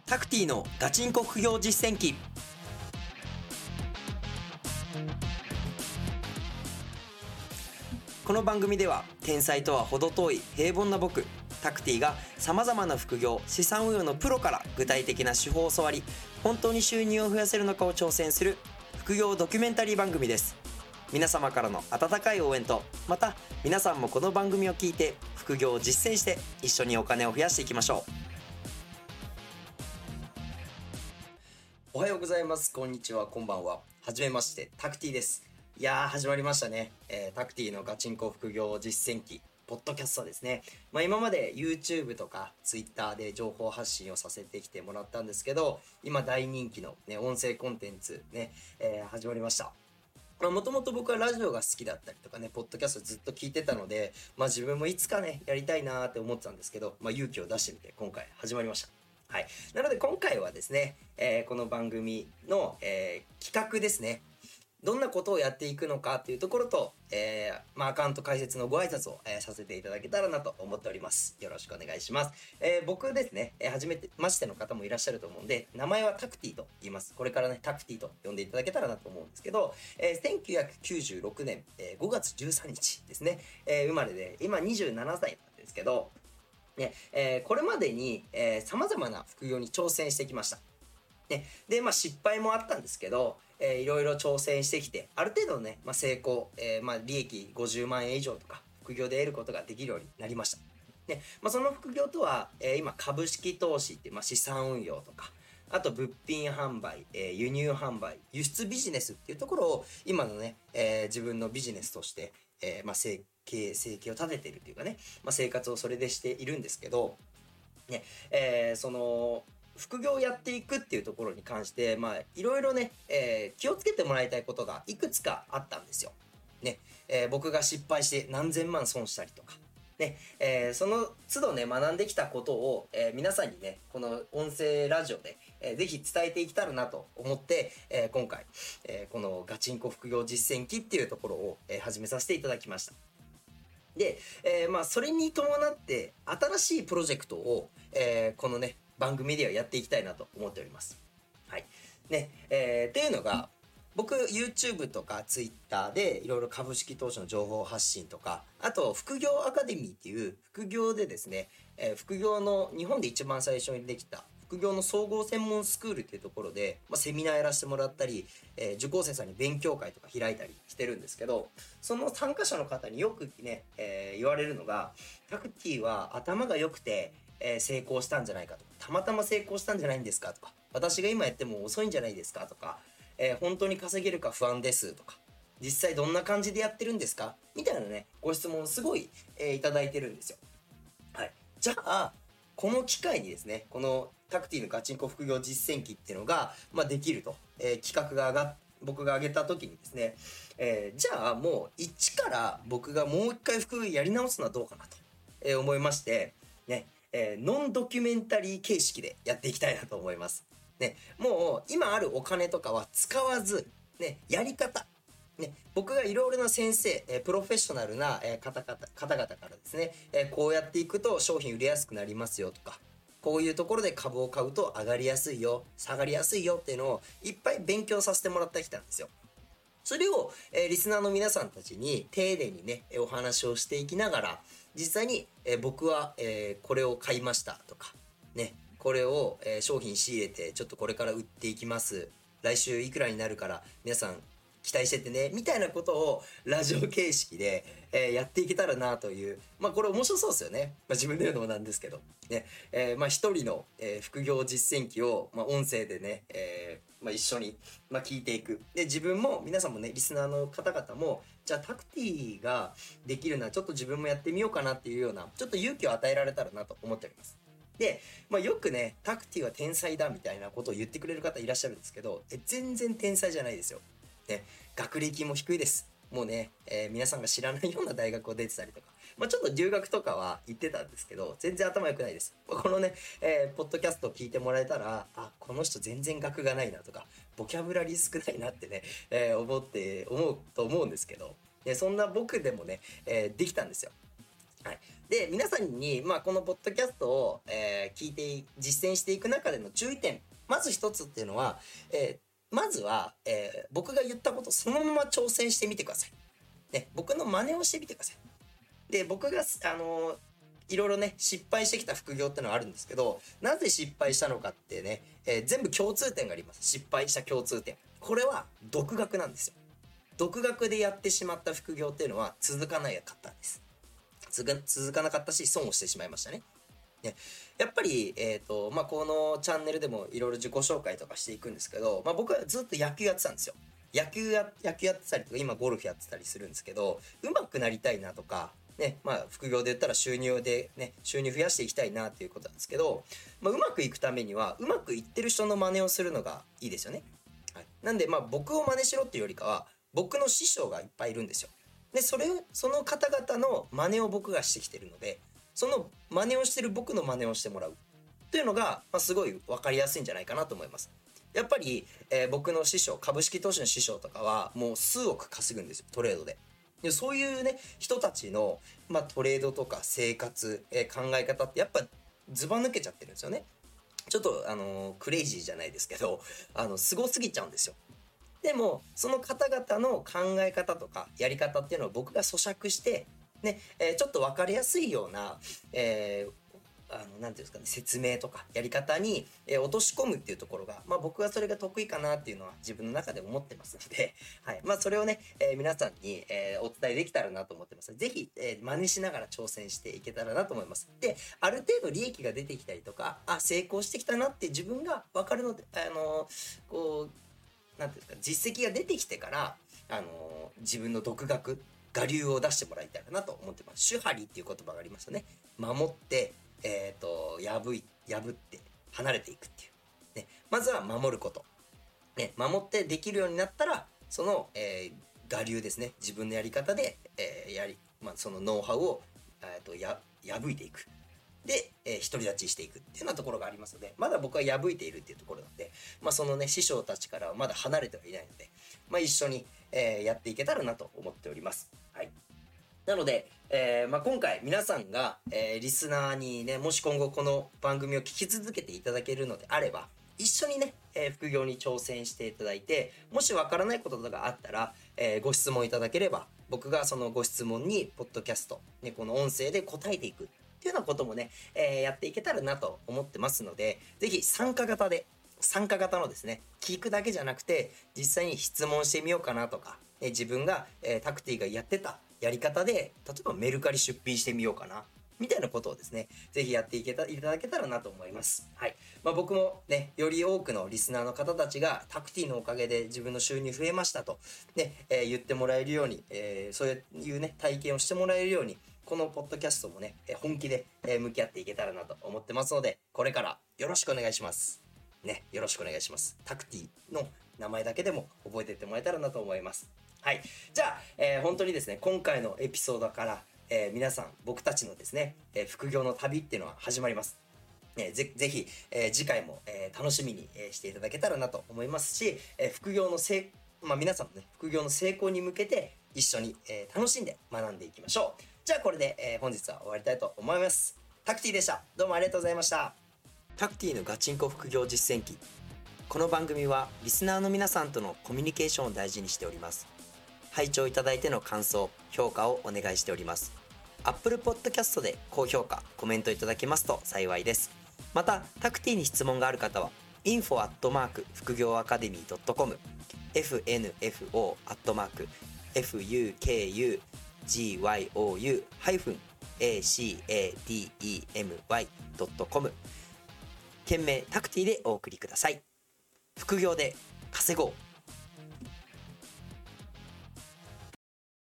タクティのガチンコ副業実践記。この番組では天才とは程遠い平凡な僕タクティがさまざまな副業資産運用のプロから具体的な手法を教わり、本当に収入を増やせるのかを挑戦する副業ドキュメンタリー番組です。皆様からの温かい応援と、また皆さんもこの番組を聞いて副業を実践して一緒にお金を増やしていきましょう。おはようございます、こんにちは、こんばんは。はじめまして、タクティです。いやー始まりましたね。タクティのガチンコ副業実践記ポッドキャストですね。今まで YouTube とか Twitter で情報発信をさせてきてもらったんですけど、今大人気の、音声コンテンツね、始まりました。もともと僕はラジオが好きだったりとかね、ポッドキャストずっと聞いてたので、自分もいつかねやりたいなーって思ってたんですけど、勇気を出してみて今回始まりました。はい、なので今回はですね、この番組の、企画ですね。どんなことをやっていくのかっていうところと、アカウント開設のご挨拶を、させていただけたらなと思っております。よろしくお願いします。僕ですね、初めてましての方もいらっしゃると思うんで、名前はタクティと言います。これからねタクティと呼んでいただけたらなと思うんですけど、1996年、5月13日ですね、生まれで今27歳なんですけど、これまでに様々な副業に挑戦してきました。で、失敗もあったんですけど、いろいろ挑戦してきて、ある程度ね、成功、利益50万円以上とか、副業で得ることができるようになりました。で、その副業とは、今、株式投資っていう、資産運用とか、あと物品販売、輸入販売、輸出ビジネスっていうところを、今のね、自分のビジネスとして、生計を立てているというかね、生活をそれでしているんですけど、ね、その、副業をやっていくっていうところに関して、いろいろね、気をつけてもらいたいことがいくつかあったんですよ。ね、僕が失敗して何千万損したりとか、ね、その都度ね、学んできたことを、皆さんにね、この音声ラジオで、ぜひ伝えていけたらなと思って、今回、このガチンコ副業実践記っていうところを、始めさせていただきました。で、それに伴って新しいプロジェクトを、このね番組ではやっていきたいなと思っております。はいね、っていうのが、僕 YouTube とか Twitter でいろいろ株式投資の情報発信とか、あと副業アカデミーっていう副業でですね、副業の日本で一番最初にできた副業の総合専門スクールっていうところで、セミナーやらせてもらったり、受講生さんに勉強会とか開いたりしてるんですけど、その参加者の方によくね、言われるのが、タクティは頭が良くて、成功したんじゃないかとか、たまたま成功したんじゃないんですかとか、私が今やっても遅いんじゃないですかとか、本当に稼げるか不安ですとか、実際どんな感じでやってるんですかみたいなね、ご質問をすごい、いただいてるんですよ。はい。じゃあ、この機会にですね、このタクティのガチンコ副業実践記っていうのが、できると、企画が僕が挙げた時にですね、じゃあもう一から僕がもう一回副業やり直すのはどうかなと、思いまして、ね、ノンドキュメンタリー形式でやっていきたいなと思います。ね、もう今あるお金とかは使わず、ね、やり方、ね、僕がいろいろな先生、プロフェッショナルな、方々からですね、こうやっていくと商品売れやすくなりますよとか、こういうところで株を買うと上がりやすいよ、下がりやすいよっていうのをいっぱい勉強させてもらってきたんですよ。それを、リスナーの皆さんたちに丁寧にねお話をしていきながら、実際に、僕は、これを買いましたとかね、これを、商品仕入れてちょっとこれから売っていきます、来週いくらになるから皆さん期待しててねみたいなことをラジオ形式で、やっていけたらなという、これ面白そうですよね。自分で言うのもなんですけどね、一人の、副業実践記を、音声でね、一緒に、聞いていく。で、自分も皆さんもねリスナーの方々も、じゃあタクティができるのはちょっと自分もやってみようかなっていうようなちょっと勇気を与えられたらなと思っております。で、よくねタクティは天才だみたいなことを言ってくれる方いらっしゃるんですけど、全然天才じゃないですよ。ね、学歴も低いです。もうね、皆さんが知らないような大学を出てたりとか、ちょっと留学とかは行ってたんですけど、全然頭良くないです。このね、ポッドキャストを聞いてもらえたら、この人全然学がないなとか、ボキャブラリー少ないなってね、思うと思うんですけど、そんな僕でもね、できたんですよ。はい。 で、皆さんに、このポッドキャストを、聞いて実践していく中での注意点、まず一つっていうのは、まずは、僕が言ったことそのまま挑戦してみてください。ね、僕の真似をしてみてください。で、僕がいろいろね失敗してきた副業ってのはあるんですけど、なぜ失敗したのかってね、全部共通点があります。失敗した共通点、これは独学なんですよ。独学でやってしまった副業っていうのは続かなかったんです。続かなかったし、損をしてしまいましたね。やっぱり、このチャンネルでもいろいろ自己紹介とかしていくんですけど、僕はずっと野球やってたんですよ。野球やってたりとか、今ゴルフやってたりするんですけど、上手くなりたいなとかね、副業で言ったら収入増やしていきたいなっていうことなんですけど、うまくいくためにはうまくいってる人の真似をするのがいいですよね。はい、なんで僕を真似しろっていうよりかは、僕の師匠がいっぱいいるんですよ。でその方々の真似を僕がしてきてるので、その真似をしてる僕の真似をしてもらうというのが、すごい分かりやすいんじゃないかなと思います。やっぱり、僕の師匠、株式投資の師匠とかはもう数億稼ぐんですよ、トレードで。そういうね人たちの、トレードとか生活、考え方ってやっぱずば抜けちゃってるんですよね。ちょっとクレイジーじゃないですけど、すごすぎちゃうんですよ。でもその方々の考え方とかやり方っていうのを僕が咀嚼してね、ちょっと分かりやすいような、なんていうんですかね、説明とかやり方に、落とし込むっていうところが、僕はそれが得意かなっていうのは自分の中で思ってますので、はい、それをね、皆さんに、お伝えできたらなと思ってます。ぜひ、真似しながら挑戦していけたらなと思います。で、ある程度利益が出てきたりとか、成功してきたなって自分が分かるので、なんていうんですか、実績が出てきてから、自分の独学我流を出してもらいたいかなと思ってます。手張りっていう言葉がありますよね。守って、破って離れていくっていう、ね、まずは守ること、ね、守ってできるようになったらその、我流ですね、自分のやり方で、そのノウハウを、破いていく。で、独り立ちしていくっていうようなところがありますので、まだ僕は破いているっていうところなので、そのね師匠たちからはまだ離れてはいないので、一緒に、やっていけたらなと思っております。はい。なので、今回皆さんが、リスナーにね、もし今後この番組を聞き続けていただけるのであれば、一緒にね、副業に挑戦していただいて、もしわからないこととかがあったら、ご質問いただければ、僕がそのご質問にポッドキャスト、ね、この音声で答えていくっていうようなこともね、やっていけたらなと思ってますので、ぜひ参加型のですね、聞くだけじゃなくて実際に質問してみようかなとか、自分が、タクティがやってたやり方で例えばメルカリ出品してみようかなみたいなことをですね、ぜひやっていただけたらなと思います。はい。僕もね、より多くのリスナーの方たちがタクティのおかげで自分の収入増えましたとね、言ってもらえるように、そういうね体験をしてもらえるように、このポッドキャストもね、本気で向き合っていけたらなと思ってますので、これからよろしくお願いしますね。よろしくお願いします。タクティの名前だけでも覚えていってもらえたらなと思います。はい。じゃあ、本当にですね、今回のエピソードから、皆さん僕たちのですね、副業の旅っていうのは始まります。ぜひ、次回も、楽しみに、していただけたらなと思いますし、副業の皆さんのね、副業の成功に向けて一緒に、楽しんで学んでいきましょう。じゃあこれで、本日は終わりたいと思います。タクティでした。どうもありがとうございました。タクティのガチンコ副業実践記。この番組はリスナーの皆さんとのコミュニケーションを大事にしております。拝聴いただいての感想、評価をお願いしております。Apple Podcast で高評価、コメントいただけますと幸いです。また、タクティに質問がある方は、info@ 副業アカデミー .com、FNFO@fukugyou-academy.com、件名タクティでお送りください。副業で稼ごう。